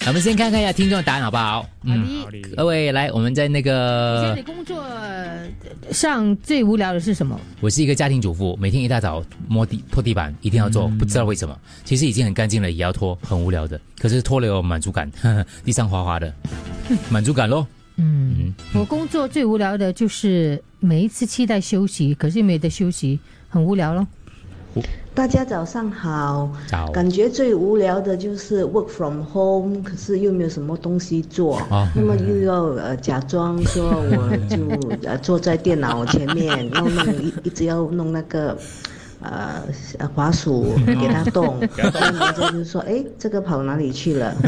我们先看看一下听众的答案好不好？ 好的。 各位来，我们在那个， 现在你工作上最无聊的是什么？ 我是一个家庭主妇，每天一大早拖地板一定要做，不知道为什么。其实已经很干净了，也要拖，很无聊的。可是拖了有满足感，地上滑滑的，满足感咯。 我工作最无聊的就是每一次期待休息，可是没得休息，很无聊咯。 大家早上好， 早感觉最无聊的就是 work from home， 可是又没有什么东西做，那么又要假装说我就坐在电脑前面，要一直要弄那个滑鼠给它动，然后就说哎，这个跑哪里去了？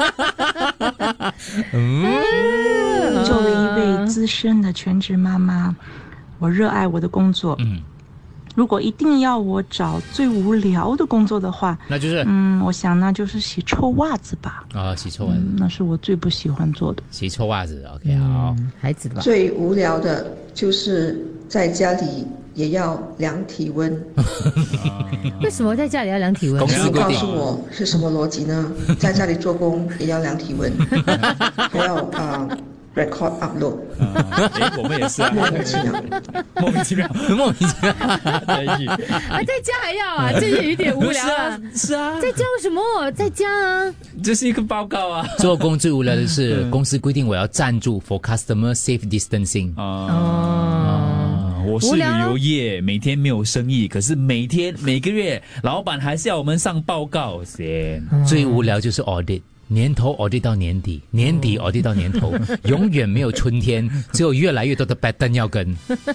作为一位资深的全职妈妈，我热爱我的工作。如果一定要我找最无聊的工作的话， 那就是我想那就是洗臭袜子吧。 洗臭袜子， 那是我最不喜欢做的。 洗臭袜子 ，OK， 好。 孩子的吧。 最无聊的就是在家里也要量体温。 为什么在家里要量体温？ 公司规定。 告诉我是什么逻辑呢？在家里做工也要量体温，还要record upload。 我们也是啊， 莫名其妙， 莫名其妙。 在家还要啊，这也有点无聊啊。 是啊， 在家为什么？在家啊， 这是一个报告啊。 做工最无聊的是公司规定我要站住 for customer safe distancing。 我是旅游业，每天没有生意，可是每个月老板还是要我们上报告先。 最无聊就是 audit。年头 audit 到年底，年底 audit 到年头，永远没有春天，只有越来越多的 pattern 要跟。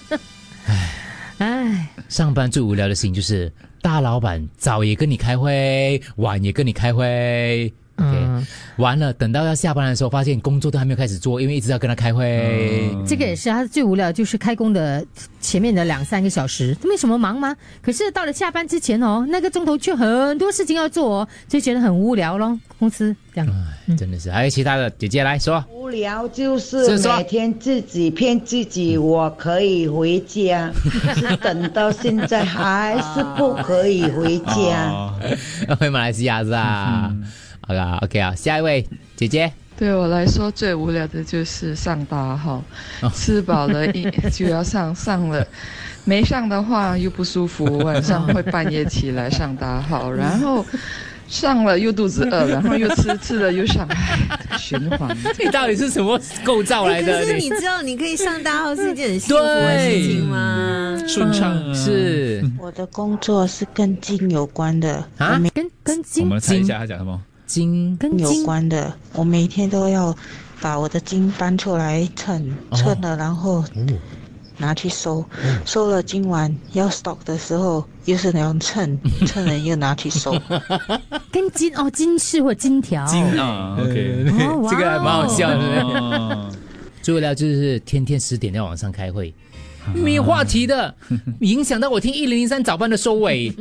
上班最无聊的事情就是大老板早也跟你开会，晚也跟你开会。OK， 完了，等到要下班的时候，发现工作都还没有开始做，因为一直要跟他开会。 这个也是他最无聊，就是开工的前面的2-3个小时，没什么忙吗？可是到了下班之前那个钟头却很多事情要做就觉得很无聊咯。公司这样， 真的是。还有其他的，姐姐来说。 无聊就是每天自己骗自己我可以回家，是等到现在还是不可以回家。 回马来西亚是吧？OK 啊，下一位姐姐。 对我来说最无聊的就是上大号，吃饱了就要上了，没上的话又不舒服，晚上会半夜起来上大号，然后上了又肚子饿，然后又吃了又上，循环。 你到底是什么构造来的？ 可是你知道你可以上大号是一件很幸福的事情吗？ 顺畅是。 我的工作是跟金有关的啊， 跟金。 我们猜一下他讲什么？ 金跟有关的，我每天都要把我的金搬出来称了，然后拿去收，收了今晚要 stock 的时候又是那样称了又拿去收。 跟金饰或金条。 金啊 ，OK， 这个还蛮好笑的。最无聊就是天天10点要往上开会。没有话题的，影响到我听1003早班的收尾，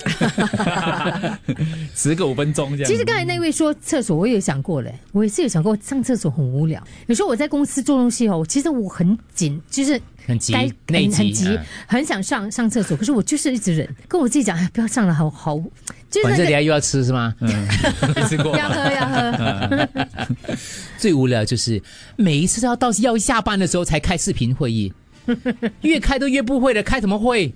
迟个5分钟这样。 其实刚才那位说厕所，我也有想过嘞，我也是有想过上厕所很无聊。有时候我在公司做东西其实我很紧，就是很急， 很急，很想上厕所，可是我就是一直忍，跟我自己讲，不要上了，好，就是反正等下又要吃是吗？ 没吃过， 要喝。 最无聊就是每一次到要下班的时候才开视频会议。越开都越不会的，开什么会？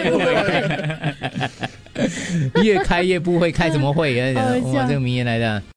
越开越不会，开什么会？哇，这个名言来的。